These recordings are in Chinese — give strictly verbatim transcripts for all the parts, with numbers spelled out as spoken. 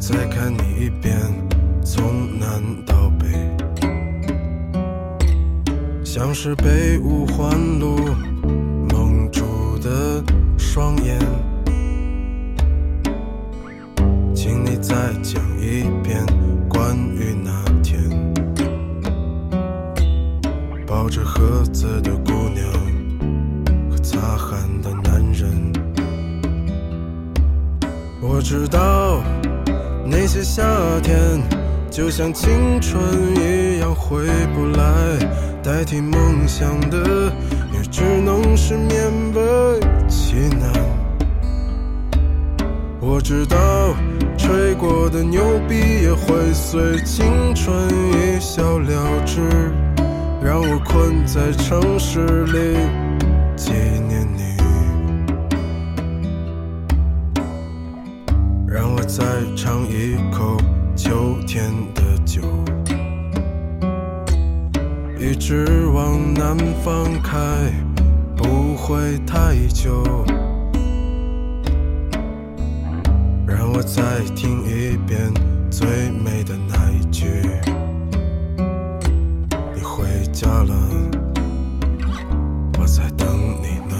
再看你一遍，从南到北，像是被五环路蒙住的双眼。请你再讲一遍关于那天抱着盒子的姑娘和擦汗的男人。我知道那些夏天就像青春一样回不来，代替梦想的也只能是勉为其难。我知道吹过的牛逼也会随青春一笑了之，让我困在城市里纪念你，让我再尝一口秋天的酒，一直往南方开，不会太久。让我再听一遍最美的那一句，你回家了，我在等你呢。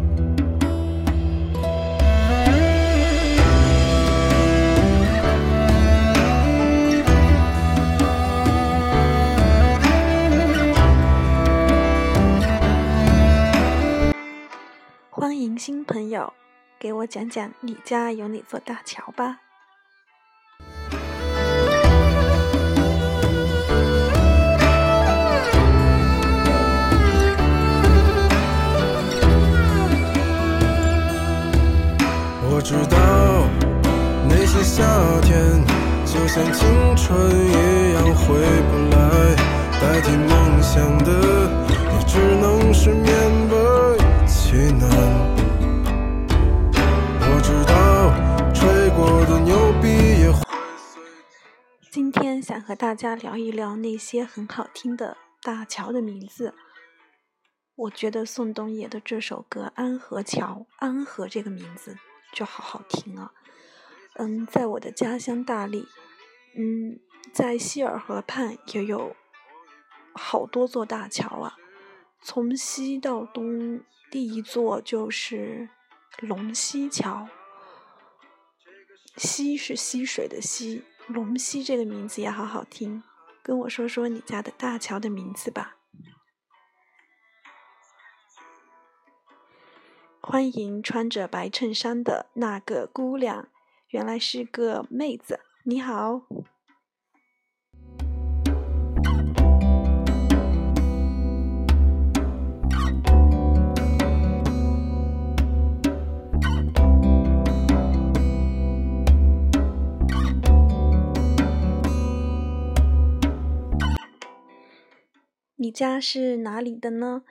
欢迎新朋友，给我讲讲你家有哪座大桥吧。 我知道那些夏天就像青春一样回不来，代替梦想的也只能是勉为其难。我知道吹过的牛逼也会。 今天想和大家聊一聊那些很好听的大桥的名字。我觉得宋冬野的这首歌《安河桥》，安河这个名字就好好听啊。嗯，在我的家乡大理，嗯，在希尔河畔也有好多座大桥啊。从西到东，第一座就是龙溪桥。溪是溪水的溪，龙溪这个名字也好好听。跟我说说你家的大桥的名字吧。欢迎穿着白衬衫的那个姑娘，原来是个妹子，你好。你家是哪里的呢？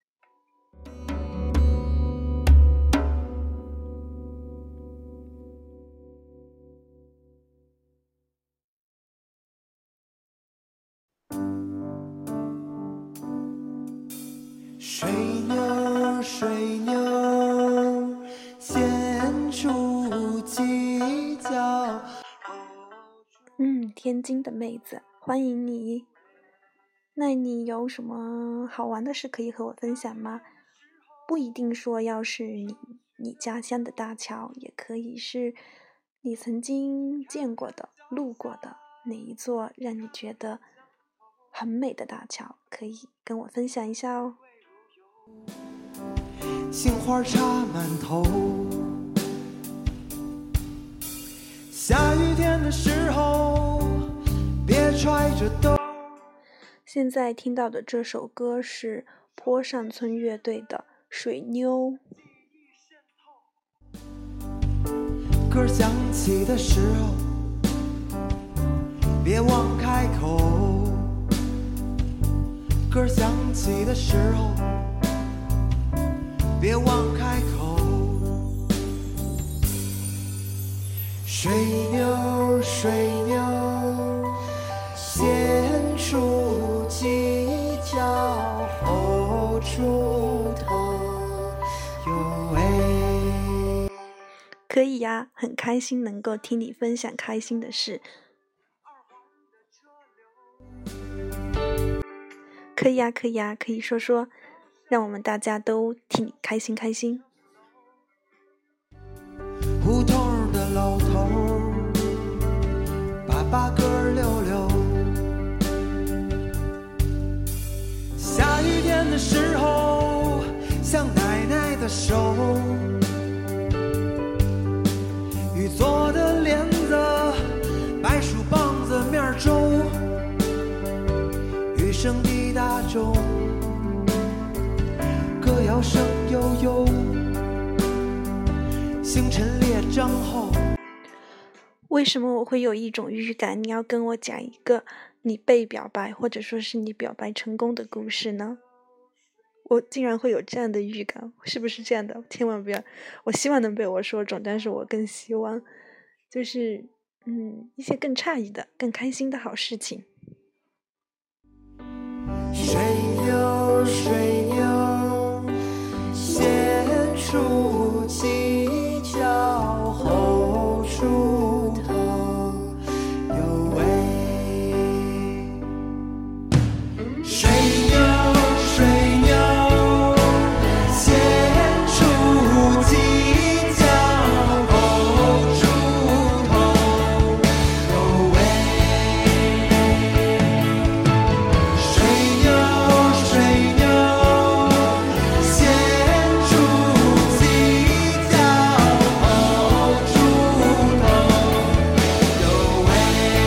水牛水牛献出犄角。 嗯，天津的妹子，欢迎你。那你有什么好玩的事可以和我分享吗？不一定说要是你你家乡的大桥，也可以是你曾经见过的、路过的哪一座让你觉得很美的大桥，可以跟我分享一下哦。 杏花插满头，下雨天的时候别揣着兜。 现在听到的这首歌是坡上村乐队的水妞。 歌响起的时候别忘开口，歌响起的时候别忘开口。水牛水牛先出犄角后出头哟喂。 可以呀，很开心能够听你分享开心的事。可以呀，可以呀，可以说说，让我们大家都替你开心开心。 胡同的老头把八哥溜溜，下雨天的时候像奶奶的手，玉做的帘子白树棒子面粥，雨声滴答中歌谣声悠悠，星辰列张后。 为什么我会有一种预感你要跟我讲一个你被表白或者说是你表白成功的故事呢？我竟然会有这样的预感，是不是这样的？千万不要，我希望能被我说中，但是我更希望就是嗯一些更诧异的更开心的好事情。 水牛水牛先出犄角后出头，有味。水牛水牛先出犄角后出头，有味。水牛水牛先出犄角后出头，有味。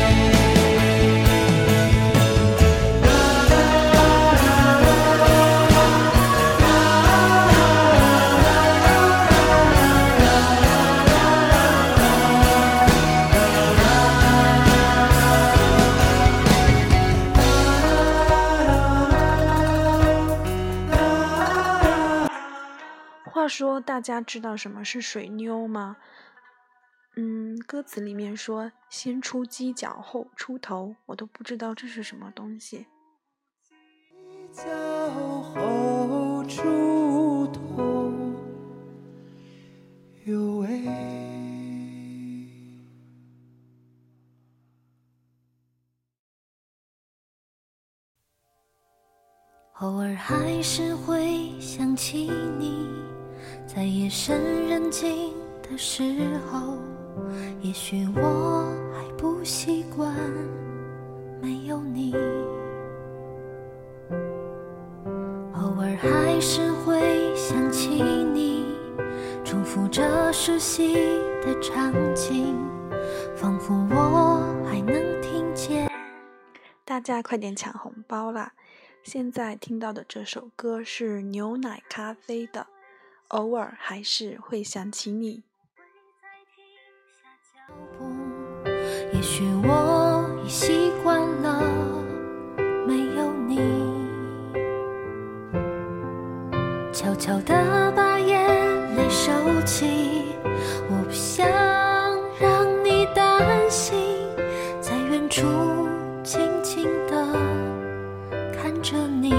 话说大家知道什么是水妞吗？嗯，歌词里面说先出犄角后出头，我都不知道这是什么东西。 犄角后出头，有味。 偶尔还是会想起你，在夜深人静的时候，也许我还不习惯没有你。偶尔还是会想起你，重复着熟悉的场景，仿佛我还能听见。 大家快点抢红包啦！现在听到的这首歌是牛奶咖啡的，偶尔还是会想起你。 也许我已习惯了没有你，悄悄地把眼泪收起，我不想让你担心，在远处轻轻地看着你。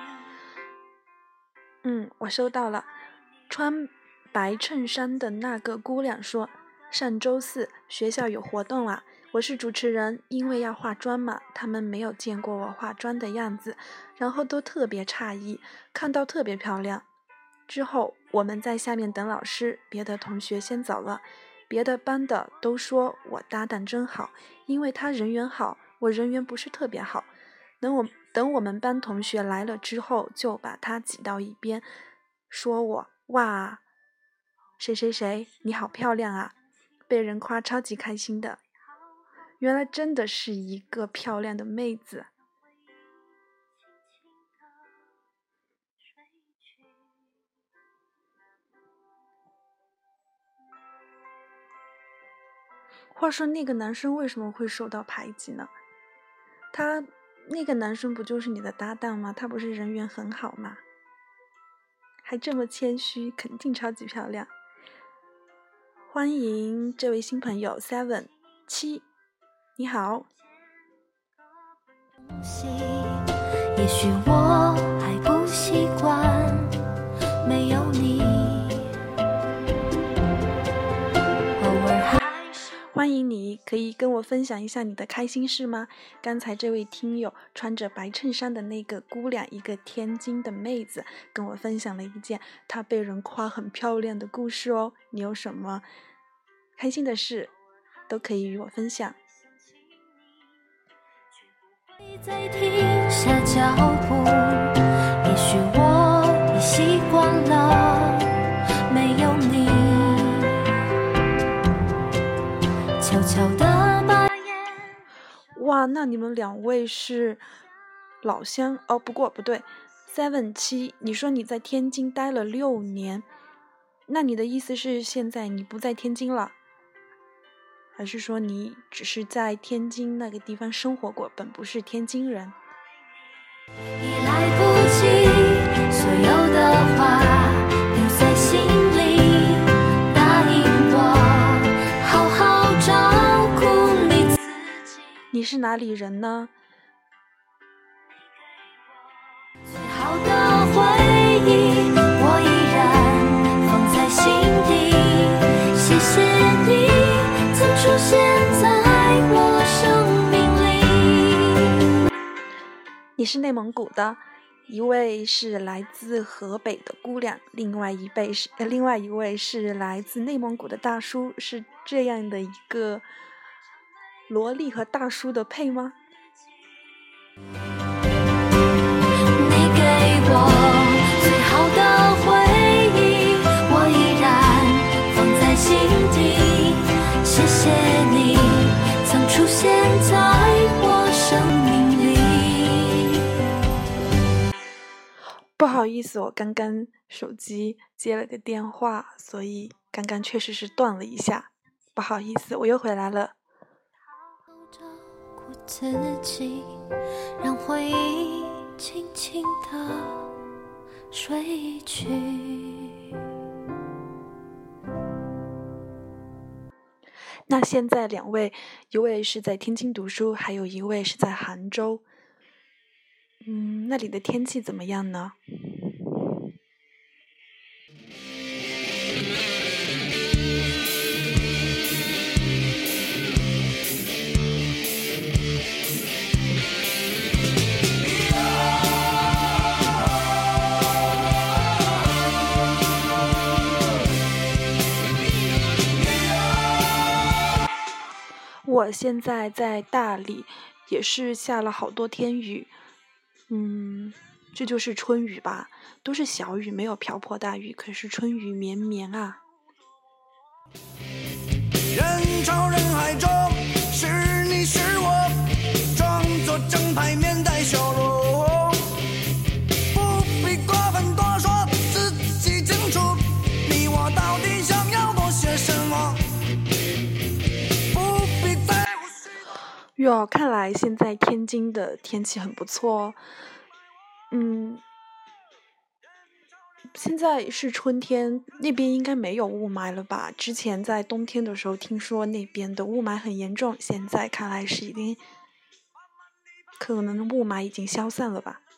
嗯，我收到了。穿白衬衫的那个姑娘说，上周四学校有活动啊，我是主持人，因为要化妆嘛，他们没有见过我化妆的样子，然后都特别诧异，看到特别漂亮。之后我们在下面等老师，别的同学先走了，别的班的都说我搭档真好，因为他人缘好，我人缘不是特别好。等我等我们班同学来了之后，就把他挤到一边，说我哇，谁谁谁你好漂亮啊，被人夸超级开心的。原来真的是一个漂亮的妹子。话说那个男生为什么会受到排挤呢？他那个男生不就是你的搭档吗？他不是人缘很好吗？还这么谦虚，肯定超级漂亮。欢迎这位新朋友 seven 七，你好。 也许我还不习惯没有你， 欢迎你，可以跟我分享一下你的开心事吗？刚才这位听友穿着白衬衫的那个姑娘，一个天津的妹子，跟我分享了一件她被人夸很漂亮的故事哦。你有什么开心的事，都可以与我分享。 再停下脚步，也许我已习惯了没有你，悄悄地把哇，那你们两位是老乡哦？不过不对 ，seven 七，你说你在天津待了六年，那你的意思是现在你不在天津了？还是说你只是在天津那个地方生活过，本不是天津人？ 已来不及，所有的话留在心里，答应我好好照顾你自己。 你是哪里人呢？ 最好的回忆我依然放在心底，谢谢你曾出现在我生命里。 你是内蒙古的，一位是来自河北的姑娘，另外一位是呃，另外一位是来自内蒙古的大叔，是这样的一个萝莉和大叔的配吗？ 你给我最好的回忆，我依然放在心底，谢谢你曾出现在我生命里。 不好意思，我刚刚手机接了个电话，所以刚刚确实是断了一下，不好意思，我又回来了。 照顾自己，让回忆轻轻地睡去。 那现在两位，一位是在天津读书，还有一位是在杭州。嗯，那里的天气怎么样呢？我现在在大理，也是下了好多天雨。嗯，这就是春雨吧，都是小雨，没有瓢泼大雨，可是春雨绵绵啊。 人潮人海中，是你是我，装作正派面带笑容，不必过分多说，自己清楚，你我到底想要多些什么，不必在乎许多。 哟，看来现在天津的天气很不错哦。嗯，现在是春天，那边应该没有雾霾了吧？之前在冬天的时候听说那边的雾霾很严重，现在看来是已经，可能雾霾已经消散了吧？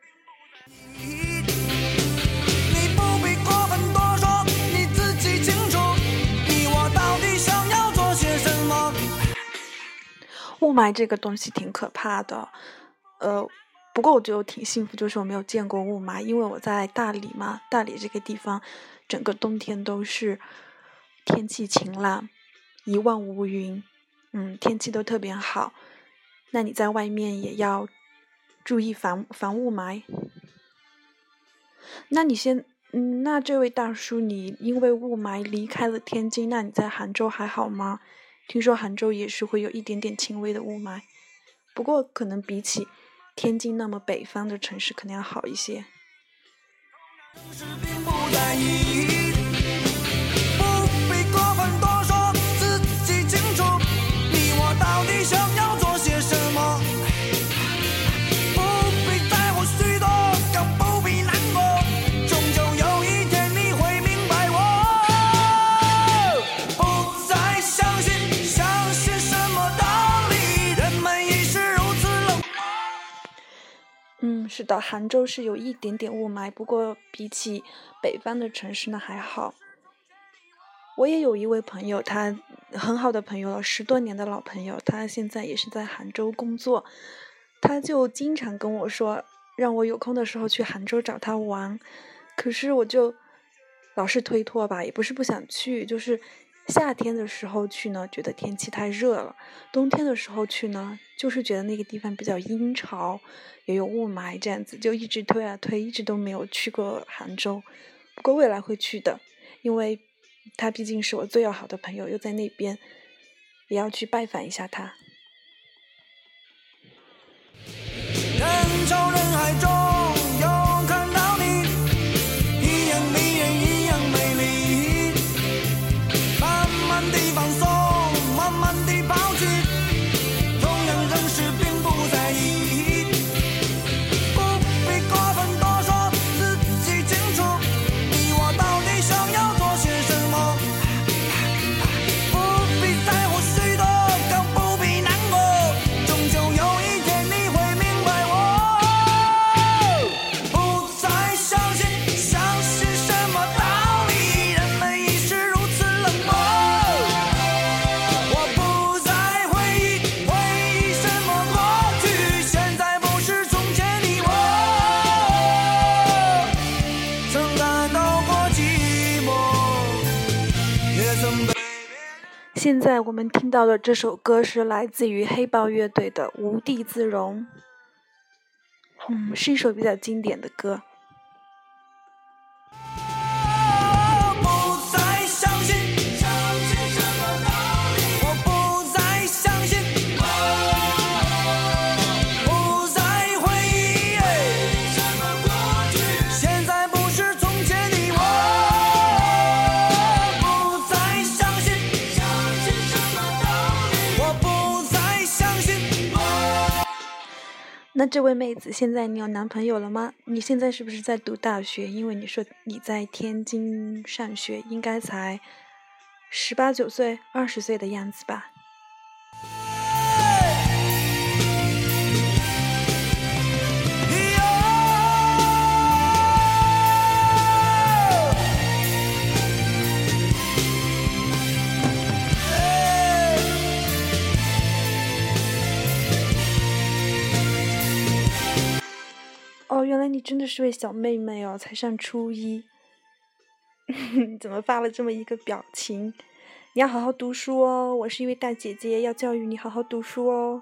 你不必过分多说，你自己清楚，你我到底想要做些什么。 雾霾这个东西挺可怕的，呃，不过我觉得我挺幸福，就是我没有见过雾霾，因为我在大理嘛，大理这个地方，整个冬天都是天气晴朗，一望无云，嗯，天气都特别好。那你在外面也要注意防防雾霾。那你先，嗯，那这位大叔，你因为雾霾离开了天津，那你在杭州还好吗？听说杭州也是会有一点点轻微的雾霾，不过可能比起天津那么北方的城市可能要好一些。 是并不在意，不必过分多说，自己清楚，你我到底想要做些什么，不必在乎许多，更不必难过，终究有一天你会明白我，不再相信相信什么道理，人们已是如此冷漠。 嗯，是的，杭州是有一点点雾霾，不过比起北方的城市呢还好。 我也有一位朋友，他很好的朋友了，十多年的老朋友，他现在也是在杭州工作，他就经常跟我说，让我有空的时候去杭州找他玩，可是我就老是推脱吧，也不是不想去，就是夏天的时候去呢，觉得天气太热了；冬天的时候去呢，就是觉得那个地方比较阴潮，也有雾霾，这样子就一直推啊推，一直都没有去过杭州。不过未来会去的，因为他毕竟是我最要好的朋友，又在那边，也要去拜访一下他。 人潮人海中又看到你，一样迷人，一样美丽。慢慢地放松，慢慢地抛弃，同样仍是并不在意。不必过分多说，自己清楚，你我到底想要做些什么。不必在乎许多，更不必难过，终究有一天你会明白我。不再相信，相信什么道理？人们已是如此冷漠。我不再回忆，回忆什么过去？现在不是从前你我，曾感到过寂寞，也曾被。 现在我们听到的这首歌是来自于黑豹乐队的《无地自容》，嗯，是一首比较经典的歌。 不再相信，相信什么道理？我不再相信，不再回忆什么过去。现在不是从前的我，不再相信，相信什么道理？我不再相信。 那这位妹子，现在你有男朋友了吗？你现在是不是在读大学？因为你说你在天津上学，应该才十八九岁、二十岁的样子吧？哦，原来你真的是位小妹妹哦，才上初一。怎么发了这么一个表情？你要好好读书哦，我是一位大姐姐，要教育你好好读书哦。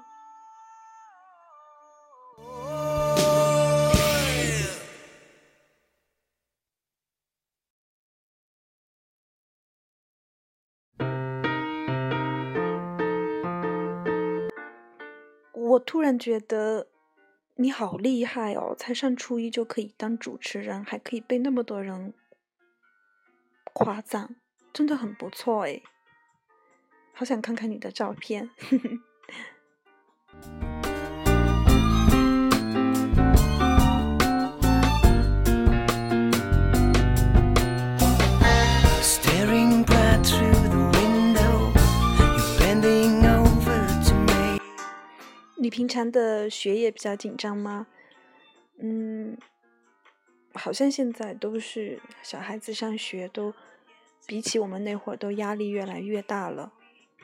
我突然觉得你好厉害哦，才上初一就可以当主持人，还可以被那么多人夸赞，真的很不错诶，好想看看你的照片。 Staring bright through the window, you're bending over to me. 你平常的学业比较紧张吗？嗯，好像现在都是小孩子上学都比起我们那会儿都压力越来越大了。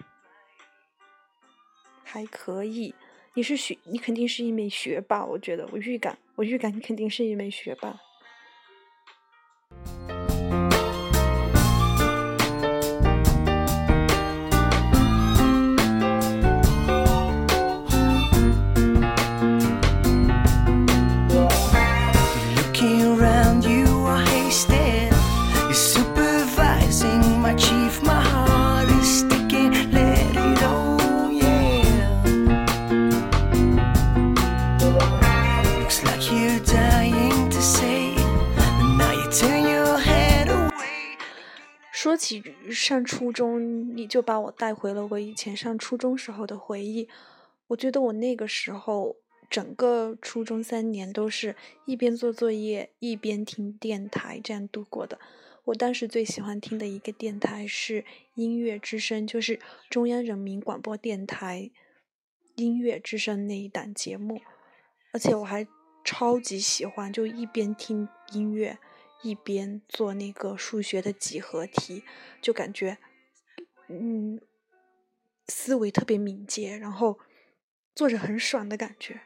还可以，你是学，你肯定是一枚学霸，我觉得，我预感，我预感你肯定是一枚学霸。 Looking around, you are hasted. You're supervising my chief. My heart is sticking. Let it all, yeah. Looks like you're dying to say, but now you turn your head away. 说起上初中，你就把我带回了我以前上初中时候的回忆。我觉得我那个时候整个初中三年都是一边做作业一边听电台这样度过的。我当时最喜欢听的一个电台是音乐之声，就是中央人民广播电台音乐之声那一档节目，而且我还超级喜欢，就一边听音乐一边做那个数学的几何题，就感觉嗯思维特别敏捷，然后做着很爽的感觉。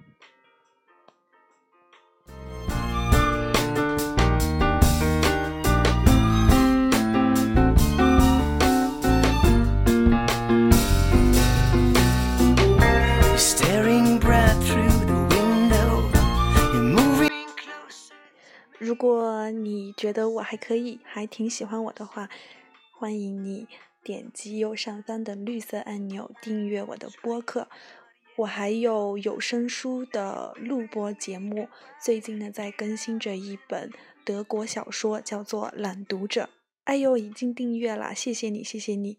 如果你觉得我还可以，还挺喜欢我的话，欢迎你点击右上方的绿色按钮订阅我的播客。我还有有声书的录播节目，最近呢在更新着一本德国小说，叫做《懒读者》。哎呦，已经订阅了，谢谢你，谢谢你。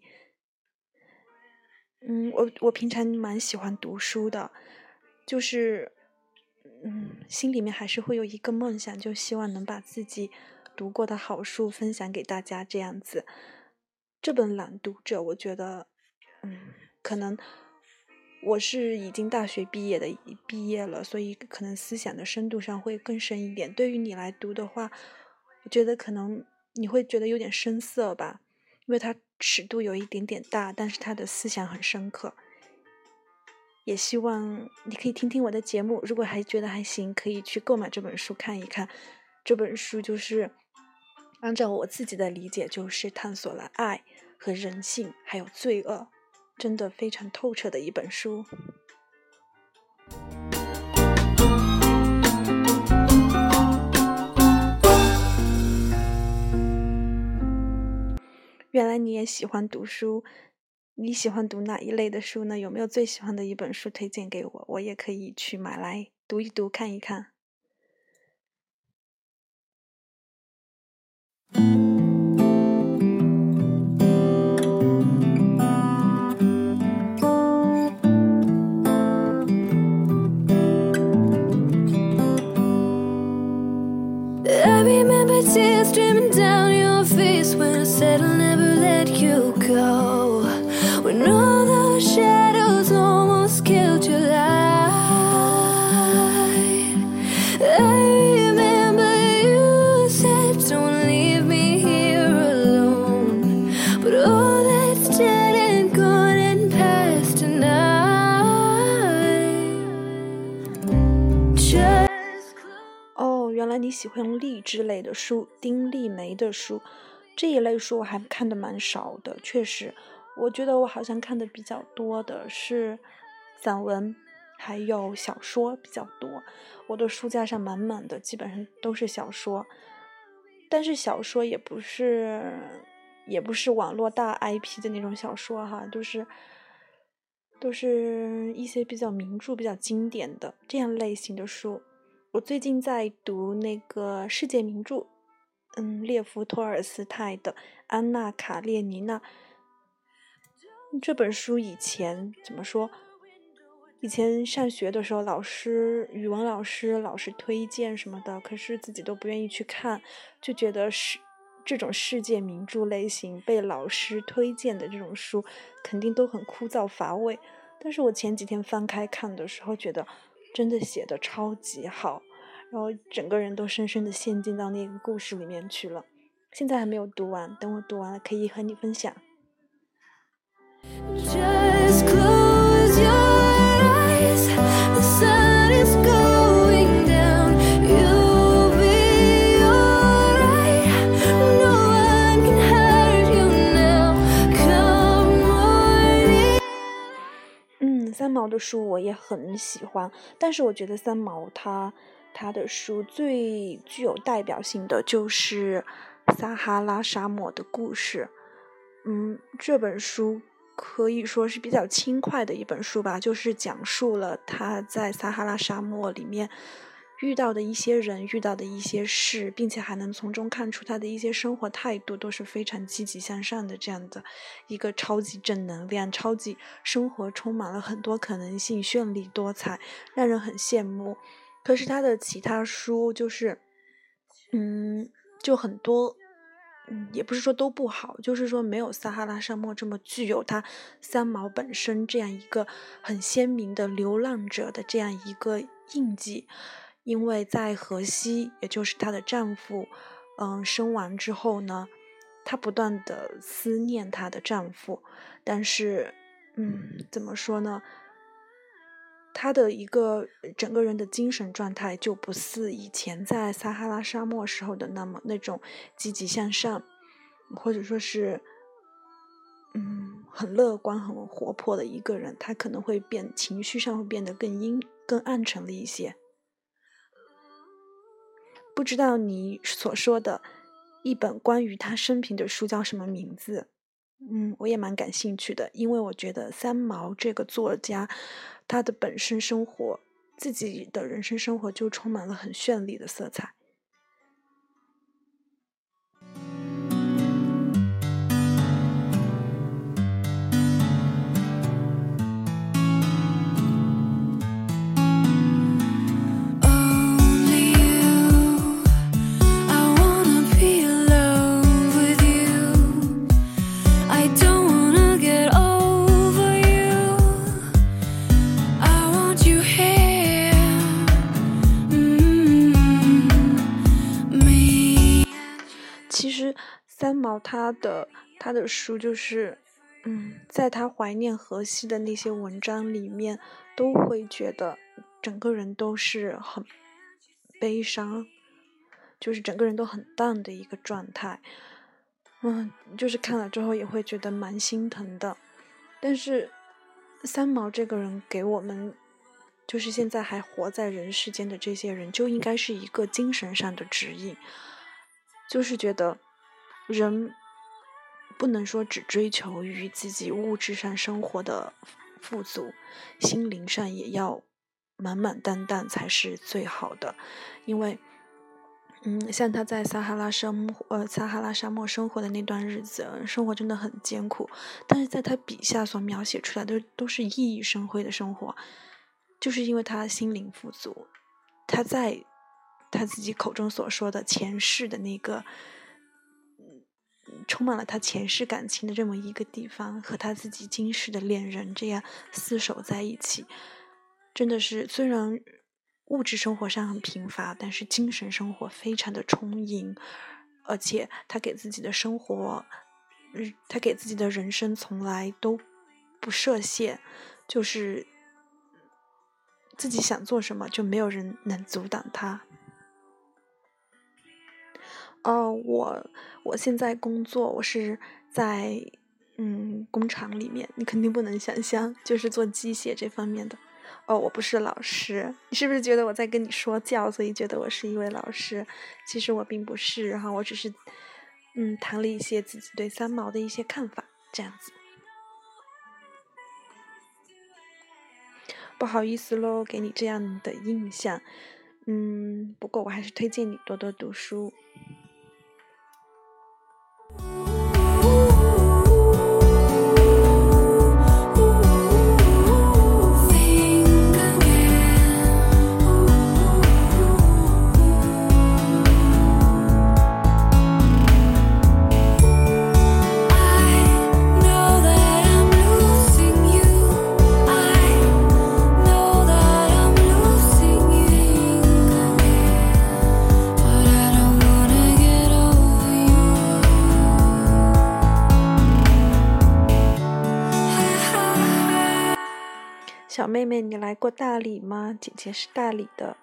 嗯，我我平常蛮喜欢读书的，就是嗯，心里面还是会有一个梦想，就希望能把自己读过的好书分享给大家这样子。这本《懒读者》，我觉得，嗯，可能我是已经大学毕业的，毕业了，所以可能思想的深度上会更深一点。对于你来读的话，我觉得可能你会觉得有点生涩吧，因为它尺度有一点点大，但是它的思想很深刻。也希望你可以听听我的节目，如果还觉得还行，可以去购买这本书看一看。这本书就是按照我自己的理解，就是探索了爱和人性还有罪恶，真的非常透彻的一本书。原来你也喜欢读书，你喜欢读哪一类的书呢？有没有最喜欢的一本书推荐给我？我也可以去买来读一读看一看。 I remember tears streaming down your face when I said I'll never let you go. When all those shadows almost killed your light. I remember you said don't leave me here alone. But all that's dead and gone and past tonight. Just 哦，原来你喜欢励志类的书，丁立梅的书，这一类书我还看的蛮少的。确实，我觉得我好像看的比较多的是散文，还有小说比较多。我的书架上满满的，基本上都是小说。但是小说也不是，也不是网络大 I P 的那种小说哈，都是都是一些比较名著、比较经典的这样类型的书。我最近在读那个世界名著，嗯，列夫·托尔斯泰的《安娜·卡列尼娜》这本书。以前怎么说？以前上学的时候，老师语文老师老是推荐什么的，可是自己都不愿意去看，就觉得是这种世界名著类型被老师推荐的这种书，肯定都很枯燥乏味。但是我前几天翻开看的时候，觉得真的写得超级好，然后整个人都深深的陷进到那个故事里面去了。现在还没有读完，等我读完了可以和你分享。 Just close your eyes, the sun is going down. You'll be alright, no one can hurt you now. Come on in. 嗯，三毛的书我也很喜欢，但是我觉得三毛他他的书最具有代表性的就是撒哈拉沙漠的故事。嗯，这本书可以说是比较轻快的一本书吧，就是讲述了他在撒哈拉沙漠里面遇到的一些人，遇到的一些事，并且还能从中看出他的一些生活态度都是非常积极向上的，这样的一个超级正能量，超级生活充满了很多可能性，绚丽多彩，让人很羡慕。可是他的其他书就是嗯就很多嗯，也不是说都不好，就是说没有撒哈拉沙漠这么具有他三毛本身这样一个很鲜明的流浪者的这样一个印记。因为在荷西，也就是她的丈夫嗯生完之后呢，她不断的思念她的丈夫，但是嗯怎么说呢，她的一个整个人的精神状态就不似以前在撒哈拉沙漠时候的那么那种积极向上，或者说是嗯很乐观很活泼的一个人，她可能会变情绪上会变得更阴更暗沉了一些。不知道你所说的一本关于她生平的书叫什么名字？嗯，我也蛮感兴趣的，因为我觉得三毛这个作家，他的本身生活，自己的人生生活就充满了很绚丽的色彩。其实三毛他的他的书就是，嗯，在他怀念荷西的那些文章里面，都会觉得整个人都是很悲伤，就是整个人都很淡的一个状态。嗯，就是看了之后也会觉得蛮心疼的。但是三毛这个人给我们，就是现在还活在人世间的这些人，就应该是一个精神上的指引。就是觉得人不能说只追求于自己物质上生活的富足，心灵上也要满满当当才是最好的。因为嗯，像他在撒哈拉沙漠呃撒哈拉沙漠生活的那段日子，生活真的很艰苦，但是在他笔下所描写出来的都是熠熠生辉的生活，就是因为他心灵富足，他在他自己口中所说的前世的那个充满了他前世感情的这么一个地方，和他自己今世的恋人这样厮守在一起，真的是虽然物质生活上很贫乏，但是精神生活非常的充盈，而且他给自己的生活，他给自己的人生从来都不设限，就是自己想做什么就没有人能阻挡他。哦，我我现在工作，我是在嗯工厂里面，你肯定不能想象，就是做机械这方面的。哦，我不是老师，你是不是觉得我在跟你说教，所以觉得我是一位老师？其实我并不是哈，我只是嗯谈了一些自己对三毛的一些看法，这样子。不好意思喽，给你这样的印象。嗯，不过我还是推荐你多多读书。小妹妹，你来过大理吗？姐姐是大理的。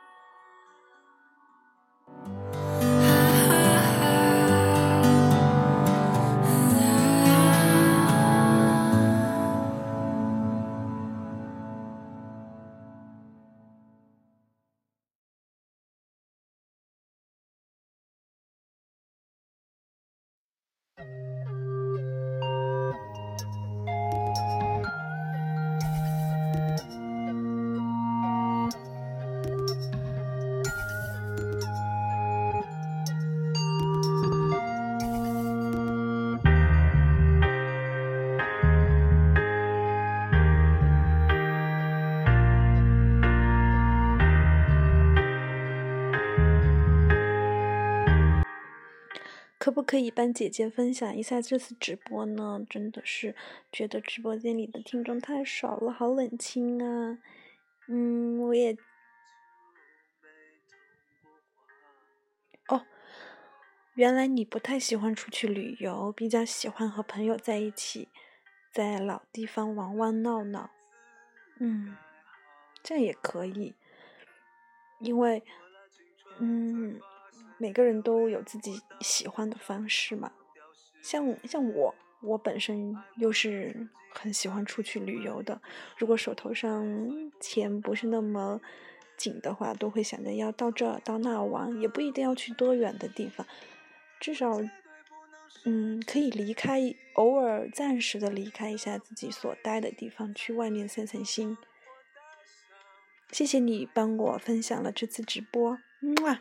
可不可以帮姐姐分享一下这次直播呢？真的是觉得直播间里的听众太少了，好冷清啊。嗯，我也哦， 原来你不太喜欢出去旅游，比较喜欢和朋友在一起，在老地方玩玩闹闹。嗯，这样也可以，因为嗯，每个人都有自己喜欢的方式嘛。像像我，我本身又是很喜欢出去旅游的。如果手头上钱不是那么紧的话，都会想着要到这到那玩，也不一定要去多远的地方，至少嗯可以离开，偶尔暂时的离开一下自己所待的地方，去外面散散心。谢谢你帮我分享了这次直播，嗯啊，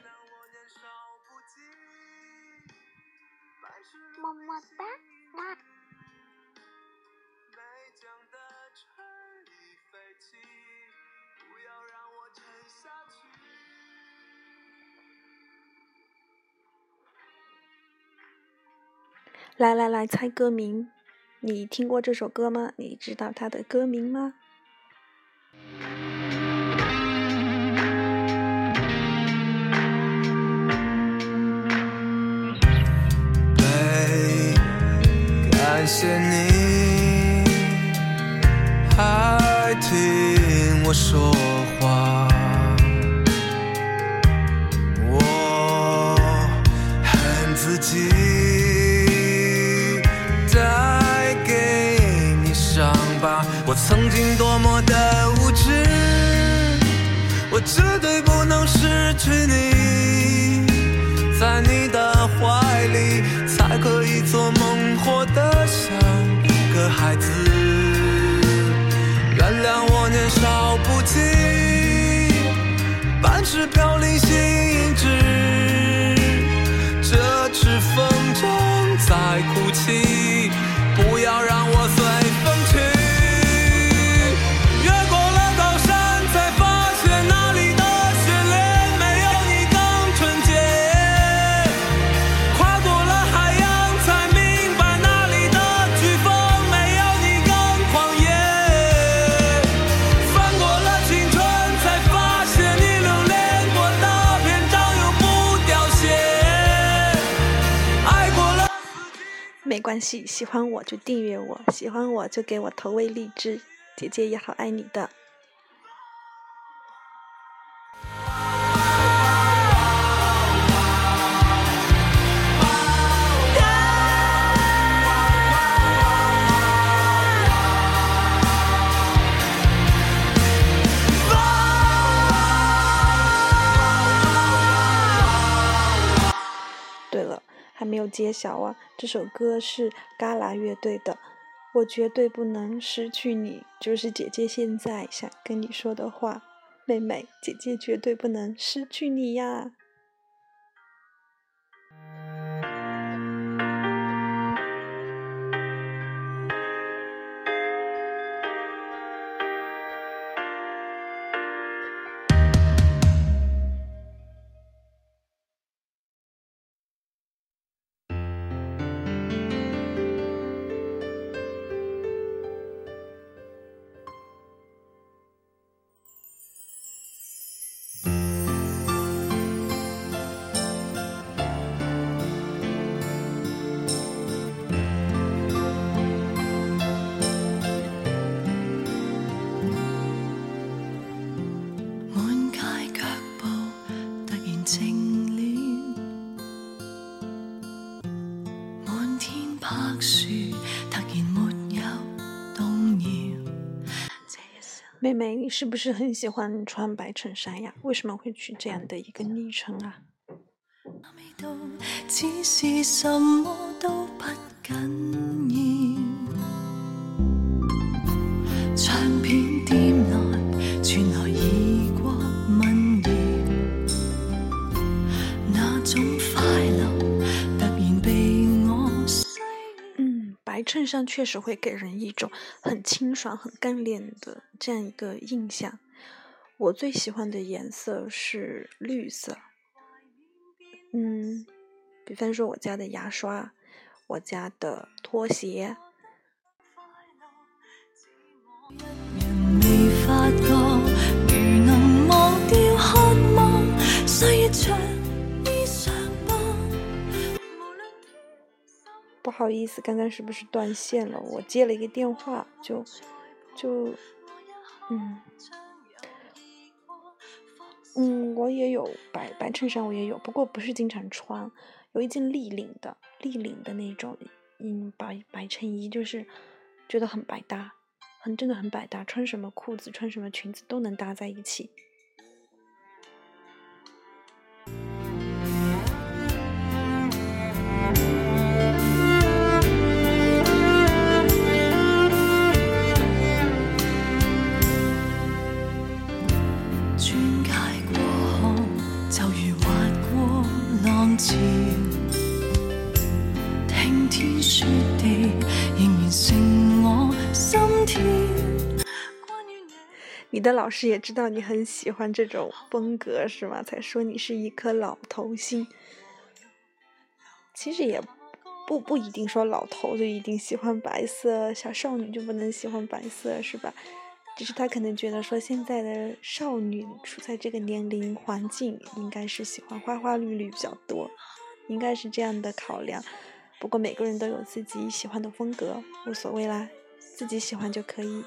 么么哒。 来来来，猜歌名，你听过这首歌吗？你知道它的歌名吗？ 感谢你还听我说话，我恨自己带给你伤疤，我曾经多么的无知，我绝对不能失去你，在你的怀里才可以做梦，活得像个孩子。原谅我年少不羁，半是飘零心智，这次风筝在哭泣，不要让我随风去。 没关系，喜欢我就订阅我，喜欢我就给我投喂荔枝，姐姐也好爱你的。对了，还没有揭晓啊，这首歌是嘎啦乐队的，我绝对不能失去你，就是姐姐现在想跟你说的话，妹妹，姐姐绝对不能失去你呀。妹妹，你是不是很喜欢穿白衬衫呀？为什么会取这样的一个昵称啊？ 只是什么都不紧要，唱片店内传来异国民谣，那种快乐突然被我嗯，白衬衫确实会给人一种很清爽、很干练的这样一个印象。我最喜欢的颜色是绿色。嗯，比方说我家的牙刷，我家的拖鞋。 人未發覺，如能忘掉渴望，細長衣裳吧。 不好意思，刚刚是不是断线了？我接了一个电话，就就嗯嗯，我也有白白衬衫，我也有，不过不是经常穿，有一件立领的立领的那种，嗯，白白衬衣，就是觉得很百搭，很真的很百搭，穿什么裤子，穿什么裙子都能搭在一起。 聽天雪地仍然成我心跳。 你的老師也知道你很喜歡這種風格是嗎？才說你是一顆老頭心。其實也不不一定說老頭就一定喜歡白色，小少女就不能喜歡白色是吧？只是他可能覺得說現在的少女處在這個年齡環境，應該是喜歡花花綠綠比較多，應該是這樣的考量。不過每個人都有自己喜歡的風格，無所謂啦，自己喜歡就可以。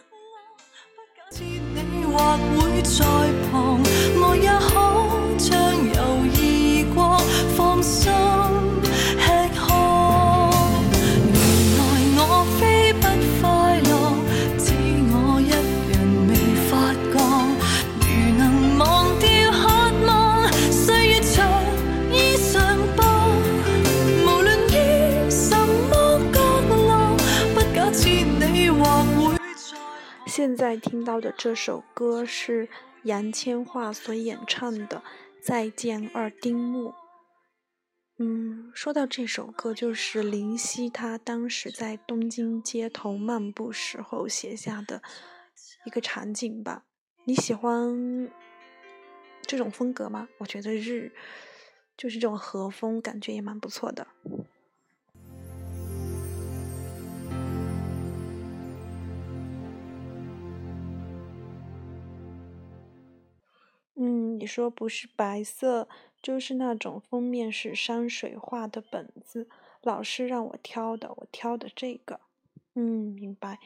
你或會在旁，我也可將猶豫過放心吃喝。原來我非不快樂，只我一人未發覺。如能忘掉渴望，歲月隨衣裳播，無論於什麼角落，不假設你或會。 現在聽到的這首歌是楊千嬅所演唱的《再見二丁目》。嗯，說到這首歌，就是林夕他當時在東京街頭漫步時候寫下的一個場景吧。你喜歡這種風格嗎？我覺得日就是這種和風，感覺也蠻不錯的。嗯，你說不是白色，就是那種封面是山水畫的本子，老師讓我挑的，我挑的這個。嗯，明白。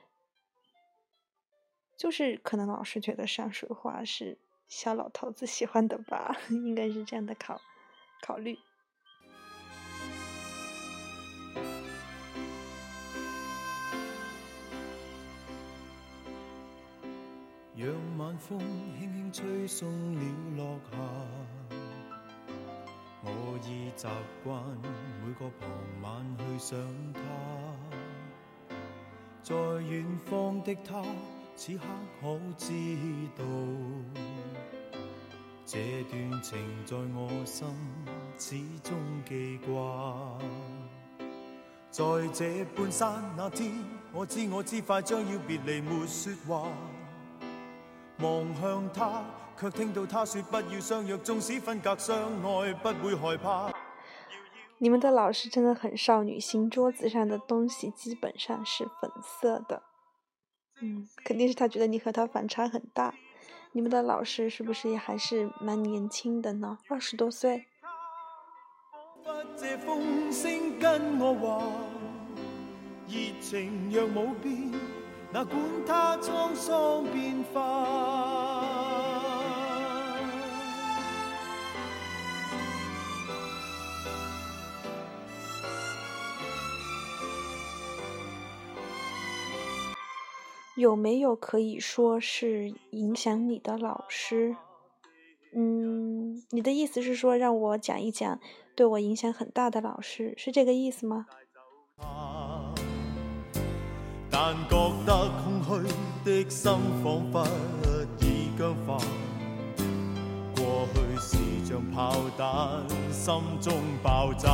就是可能老師覺得山水畫是小老頭子喜歡的吧，應該是這樣的考考慮。 讓晚風輕輕吹送了落霞，我已習慣每個傍晚去想他，在遠方的他此刻可知道，這段情在我心始終記掛。在這半山那天，我知我知快將要別離，沒說話。望向他，卻聽到他說不要相約，縱使分隔相愛，不會害怕。 你們的老師真的很少女心，桌子上的東西基本上是粉色的。嗯，肯定是他覺得你和他反差很大。你們的老師是不是也還是蠻年輕的呢？二十多歲。 這風聲跟我話，熱情若冇變，哪管它滄桑變化。 有沒有可以說是影響你的老師？嗯，你的意思是說讓我講一講對我影響很大的老師，是這個意思嗎？ 但覺得空虛的心彷彿已僵化，過去是像炮彈心中爆炸，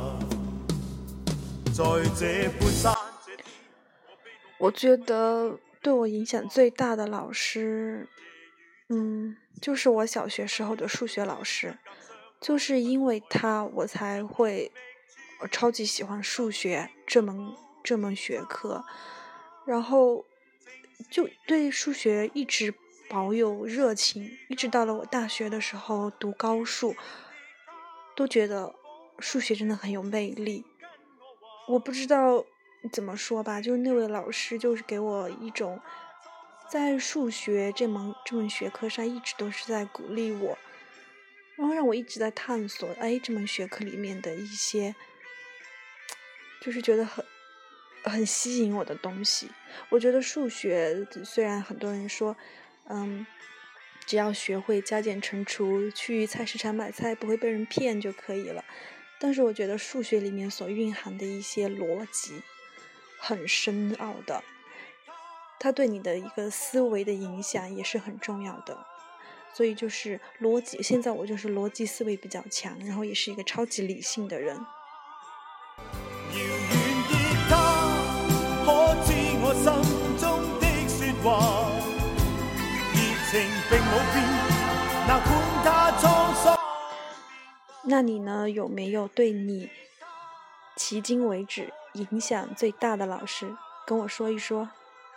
在這半山。 我覺得對我影響最大的老師，嗯，就是我小學時候的數學老師，就是因為他我才會我超級喜歡數學這門這門學科。然後就對數學一直保有熱情，一直到了我大學的時候讀高數，都覺得數學真的很有魅力。 我不知道怎么说吧，就是那位老师就是给我一种在数学这门这门学科上一直都是在鼓励我，然后让我一直在探索哎这门学科里面的一些就是觉得很很吸引我的东西。我觉得数学虽然很多人说嗯只要学会加减乘除，去菜市场买菜不会被人骗就可以了，但是我觉得数学里面所蕴含的一些逻辑很深奥的，它对你的一个思维的影响也是很重要的。所以就是逻辑，现在我就是逻辑思维比较强，然后也是一个超级理性的人。 遙遠的他，可知我心中的説話，熱情並冇變，哪管他滄桑。 那你呢，有沒有對你迄今為止影響最大的老師跟我說一說？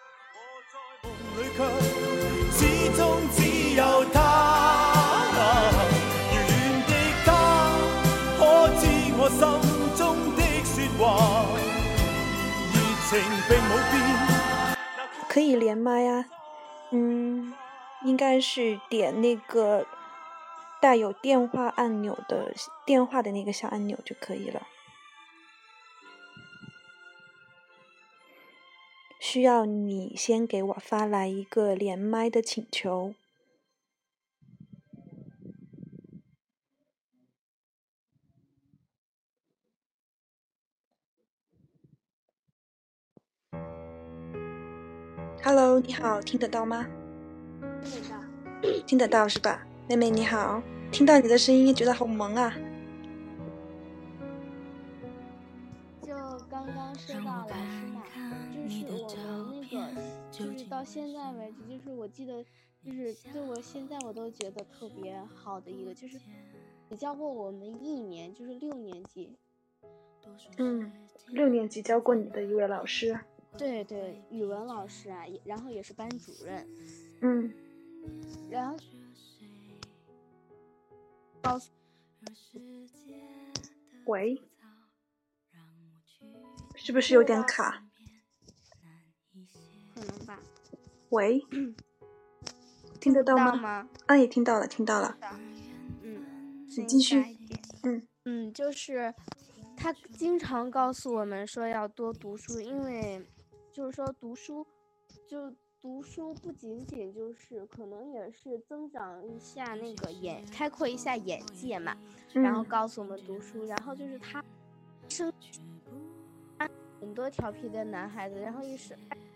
始終只有他，遙遠的他，可知我心中的説話，熱情並冇變。 可以連麥啊，嗯，應該是點那個帶有電話按鈕的電話的那個小按鈕就可以了。需要你先給我發來一個連麥的請求。Hello， 你好，聽得到嗎？ 听得到， 聽得到是吧？妹妹你好，聽到你的聲音覺得好萌啊。 就刚刚说到老师嘛，就是我们那个，就是到现在为止，就是我记得，就是对我现在我都觉得特别好的一个，就是你教过我们一年，就是六年级。 嗯，六年级教过你的一位老师。 对对，语文老师啊，也然后也是班主任。 嗯， 然后告诉喂，是不是有点卡？ 可能吧。 喂，听得到吗？ 吗？ 啊，也听到了，听到了。 嗯， 你继续。 嗯嗯，就是他经常告诉我们说要多读书，因为就是说读书，就读书不仅仅就是可能也是增长一下那个眼，开阔一下眼界嘛。 嗯、 然后告诉我们读书，然后就是他生很多调皮的男孩子，然后也是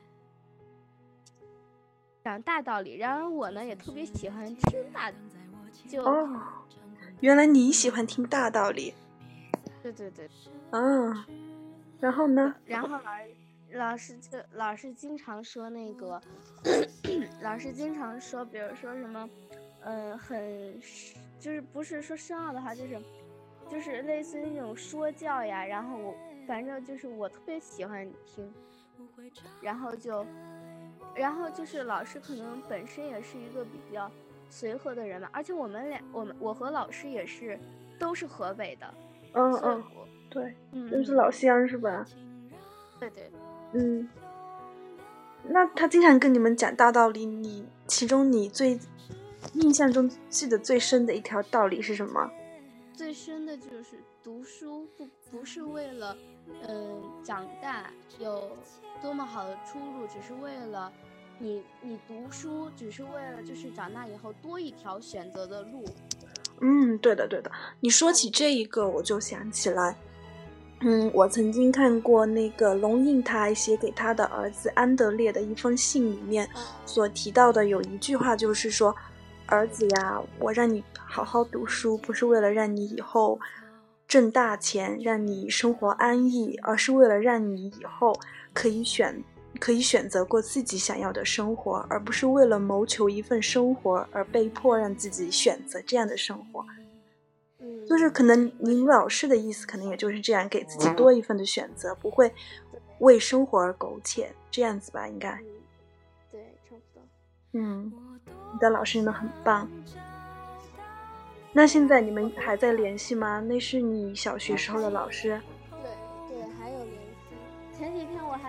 讲大道理。然而我呢也特别喜欢听大，就哦，原来你喜欢听大道理。 对对对。 啊，然后呢？ 然后老老师就老师经常说那个，老师经常说，比如说什么，嗯、呃，很就是不是说深奥的话，就是就是类似于那种说教呀。然后我反正就是我特别喜欢听，然后就，然后就是老师可能本身也是一个比较随和的人嘛，而且我们俩，我们我和老师也是都是河北的。 嗯嗯，对，嗯，就是老乡是吧？ 对对。 嗯，那他经常跟你们讲大道理，你其中你最印象中记得最深的一条道理是什么？ 最深的就是读书不不是为了嗯、呃、长大有多么好的出路，只是为了你你读书只是为了就是长大以后多一条选择的路。 嗯，对的对的，你说起这一个我就想起来，嗯，我曾经看过那个龙应台写给他的儿子安德烈的一封信，里面所提到的有一句话，就是说，儿子呀，我让你好好读书，不是为了让你以后挣大钱，让你生活安逸，而是为了让你以后可以选可以选择过自己想要的生活，而不是为了谋求一份生活而被迫让自己选择这样的生活。 嗯， 就是可能您老师的意思可能也就是这样，给自己多一份的选择，不会为生活而苟且，这样子吧，应该。 嗯，对，差不多。 嗯，你的老师真的很棒。那现在你们还在联系吗？那是你小学时候的老师？ 对对，还有联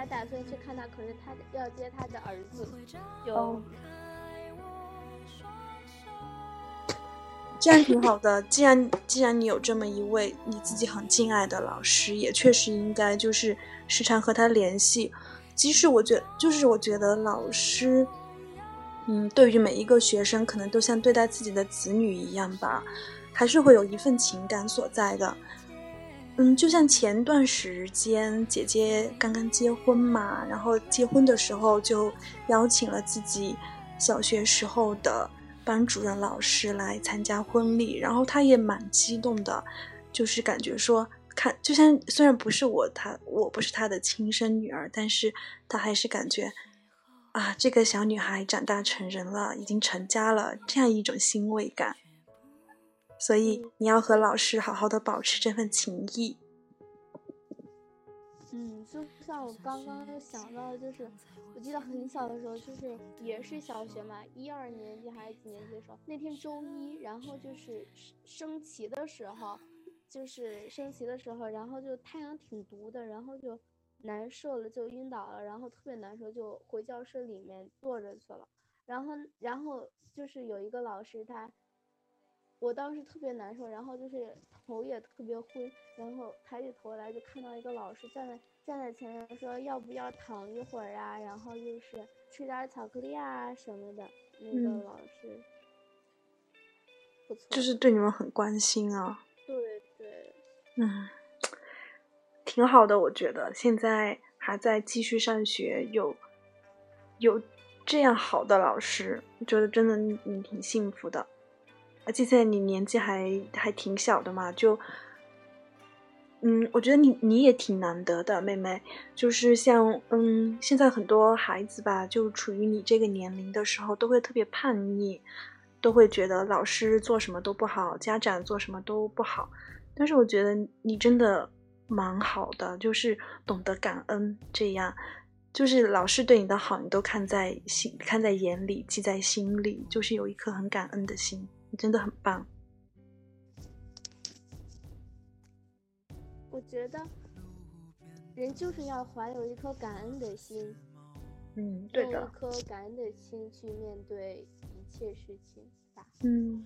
他打算去看他，可是他要接他的儿子，就、 哦，这样挺好的。既然既然你有这么一位你自己很敬爱的老师，也确实应该就是时常和他联系。即使我觉就是我觉得老师嗯，对于每一个学生可能都像对待自己的子女一样吧，还是会有一份情感所在的。嗯，就像前段时间姐姐刚刚结婚嘛，然后结婚的时候就邀请了自己小学时候的班主任老师来参加婚礼，然后她也蛮激动的，就是感觉说看，就像虽然不是我她我不是她的亲生女儿，但是她还是感觉啊，这个小女孩长大成人了，已经成家了，这样一种欣慰感。所以你要和老师好好的保持这份情谊。 嗯，就像我刚刚想到的，就是我记得很小的时候，就是也是小学嘛，一二年级还是几年级的时候，那天周一，然后就是升旗的时候，就是升旗的时候，然后就太阳挺毒的，然后就难受了，就晕倒了，然后特别难受，就回教室里面坐着去了。然后，然后就是有一个老师他。我当时特别难受，然后就是头也特别昏，然后抬起头来就看到一个老师站在站在前面说要不要躺一会儿啊，然后就是吃点巧克力啊什么的。那个老师、嗯、不错， 就是对你们很关心啊。 对对， 嗯，挺好的，我觉得现在还在继续上学，有有这样好的老师，我觉得真的你你挺幸福的。而且现在你年纪还还挺小的嘛，就嗯，我觉得你你也挺难得的，妹妹。就是像嗯，现在很多孩子吧，就处于你这个年龄的时候，都会特别叛逆，都会觉得老师做什么都不好，家长做什么都不好。但是我觉得你真的蛮好的，就是懂得感恩，这样就是老师对你的好，你都看在心看在眼里，记在心里，就是有一颗很感恩的心。你真的很棒。 我觉得人就是要怀有一颗感恩的心， 嗯，对的， 用一颗感恩的心去面对一切事情吧。 嗯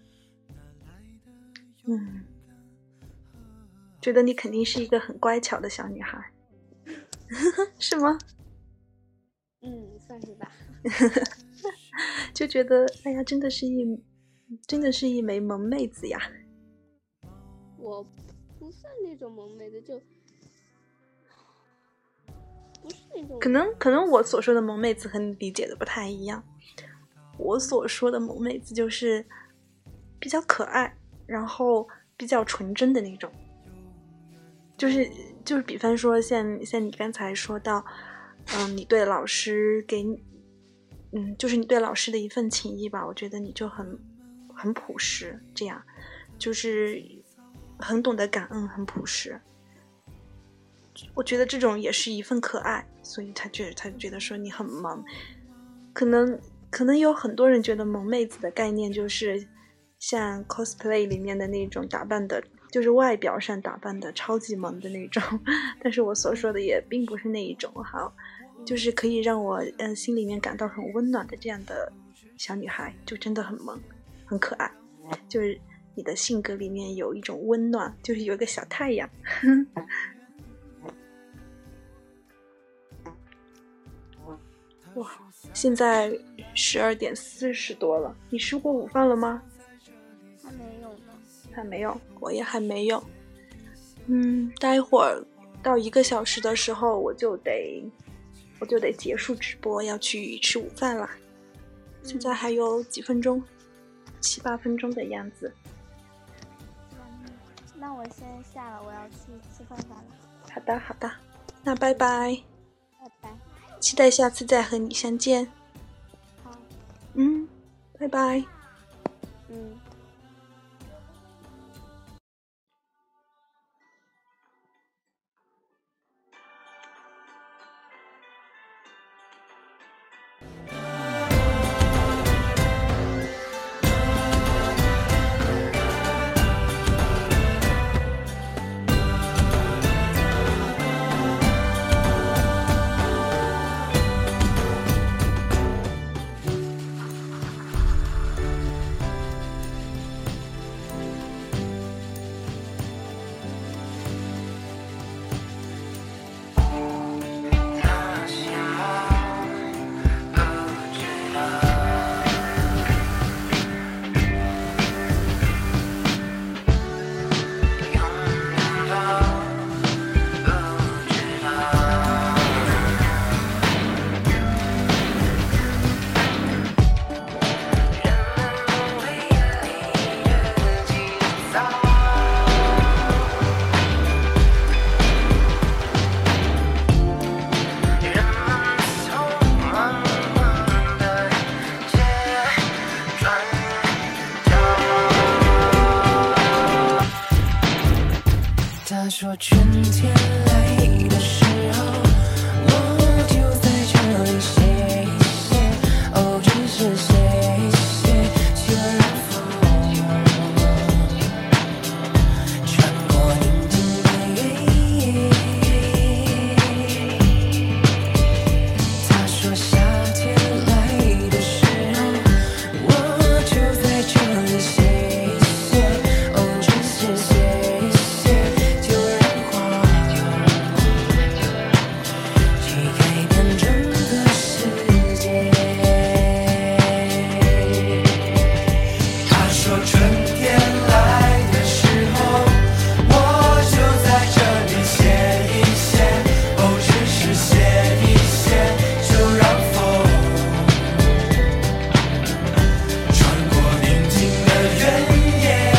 嗯，觉得你肯定是一个很乖巧的小女孩，是吗？ 嗯，算是吧。 就觉得哎呀，真的是一真的是一枚萌妹子呀。 我不算那种萌妹子，就不是那种。 可能可能我所说的萌妹子和你理解的不太一样。我所说的萌妹子就是比较可爱，然后比较纯真的那种。就是就是比方说像像你刚才说到，嗯，你对老师给你，嗯，就是你对老师的一份情谊吧，我觉得你就很很朴实，这样就是很懂得感恩，很朴实。我觉得这种也是一份可爱，所以他觉得他觉得说你很萌。可能可能有很多人觉得萌妹子的概念就是像 cosplay 里面的那种打扮的，就是外表上打扮的超级萌的那种，但是我所说的也并不是那一种，好，就是可以让我嗯心里面感到很温暖的这样的小女孩，就真的很萌，很可爱，就是你的性格里面有一种温暖，就是有一个小太阳。哇，现在十二点四十多了，你吃过午饭了吗？ 还没有呢。 还没有，我也还没有。嗯，待会儿到一个小时的时候，我就得我就得结束直播，要去吃午饭了。现在还有几分钟，七八分钟的样子。 那我先下了，我要去吃饭饭了。 好的，好的，那拜拜。 拜拜。 期待下次再和你相见。 好。 嗯，拜拜。 嗯。 说春天来的时候，我就在这里歇一歇，哦，只是歇一歇，就让风穿过宁静的夜。他说夏天来的时候，我就在这里歇一歇，哦，只是歇一歇，就让花去改变整个世界。他说春天来的时候，我就在这里歇一歇，哦，只是歇一歇，就让风穿过宁静的原野。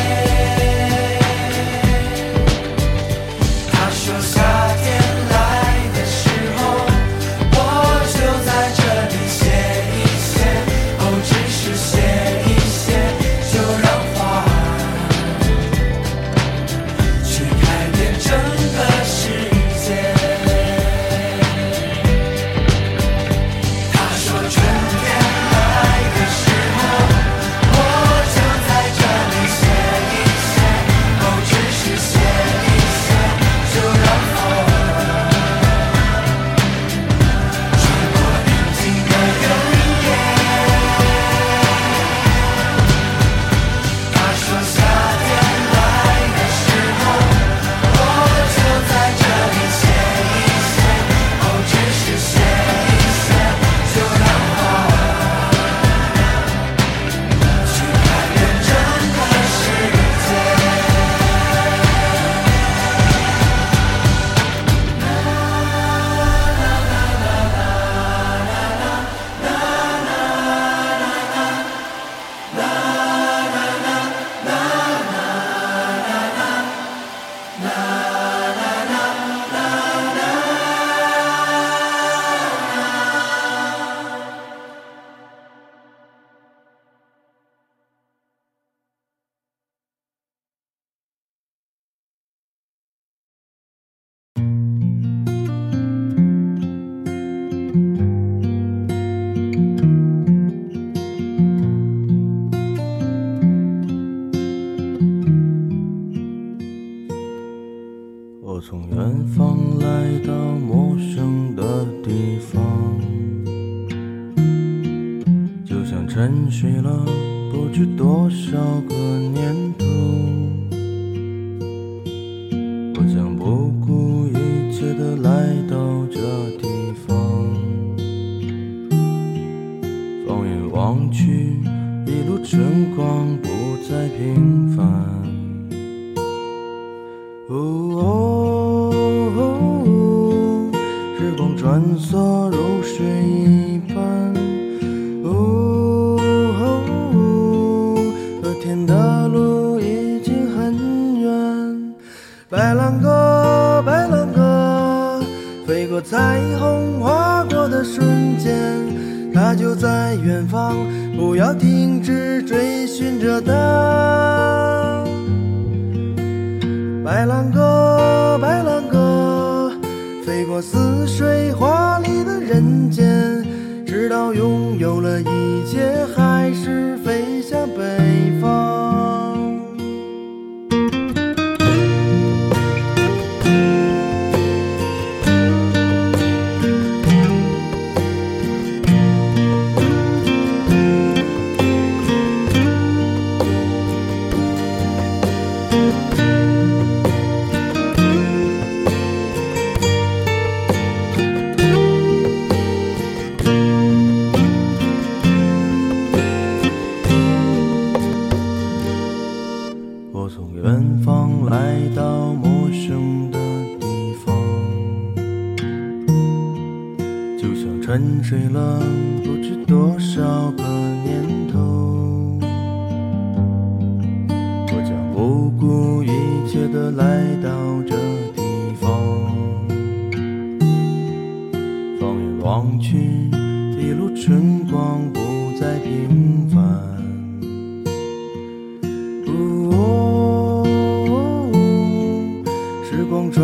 他说夏天来的时候，我就在这里歇一歇，哦，只是歇一歇，就让花去改变整个世界。他说春天来的时候，我就在这里歇一歇，哦，只是歇一歇，就让风穿过宁静的原野。他说夏天来的时候，我就在这里歇一歇，哦，只是歇一歇，就让花去改变整个世界。 我从远方来到陌生的地方，就像沉睡了不知多少个年头。我将不顾一切地来到这地方，放眼望去，一路晨光不再平凡。哦哦哦，时光穿梭如水一般。哦哦，和天的路已经很远。白兰鸽，白兰鸽，飞过彩虹划过的瞬间，它就在远方，不要停止追寻着它。白兰鸽，白兰鸽，飞过似水华丽的人间，直到拥有了一切，还是飞向北方。我从远方来到陌生的地方，就像沉睡了不知多少个年头。我将不顾一切地来到这地方，放眼望去，一路晨光不再平凡。哦，时光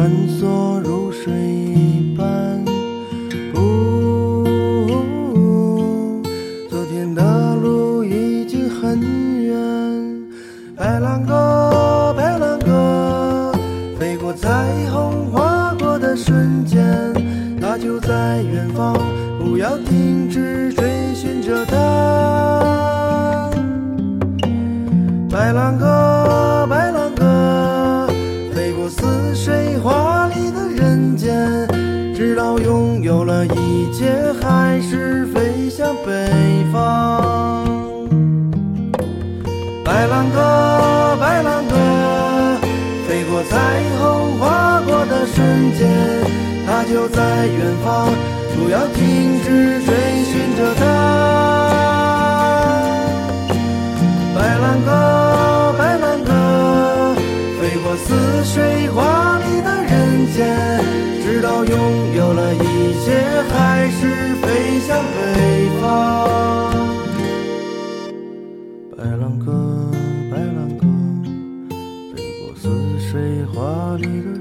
白兰鸽，白兰鸽，飞过彩虹划过的瞬间，它就在远方，不要停止追寻着它。白兰鸽，白兰鸽，飞过似水华丽的人间，直到拥有了一切，还是飞向北方。白兰鸽，白兰鸽，飞过彩虹划过的瞬间，它就在远方，不要停止追寻着它。白兰鸽，白兰鸽，飞过似水华丽的人间，直到拥有了一切，还是飞向北方。白兰鸽，白兰鸽，飞过似水华丽的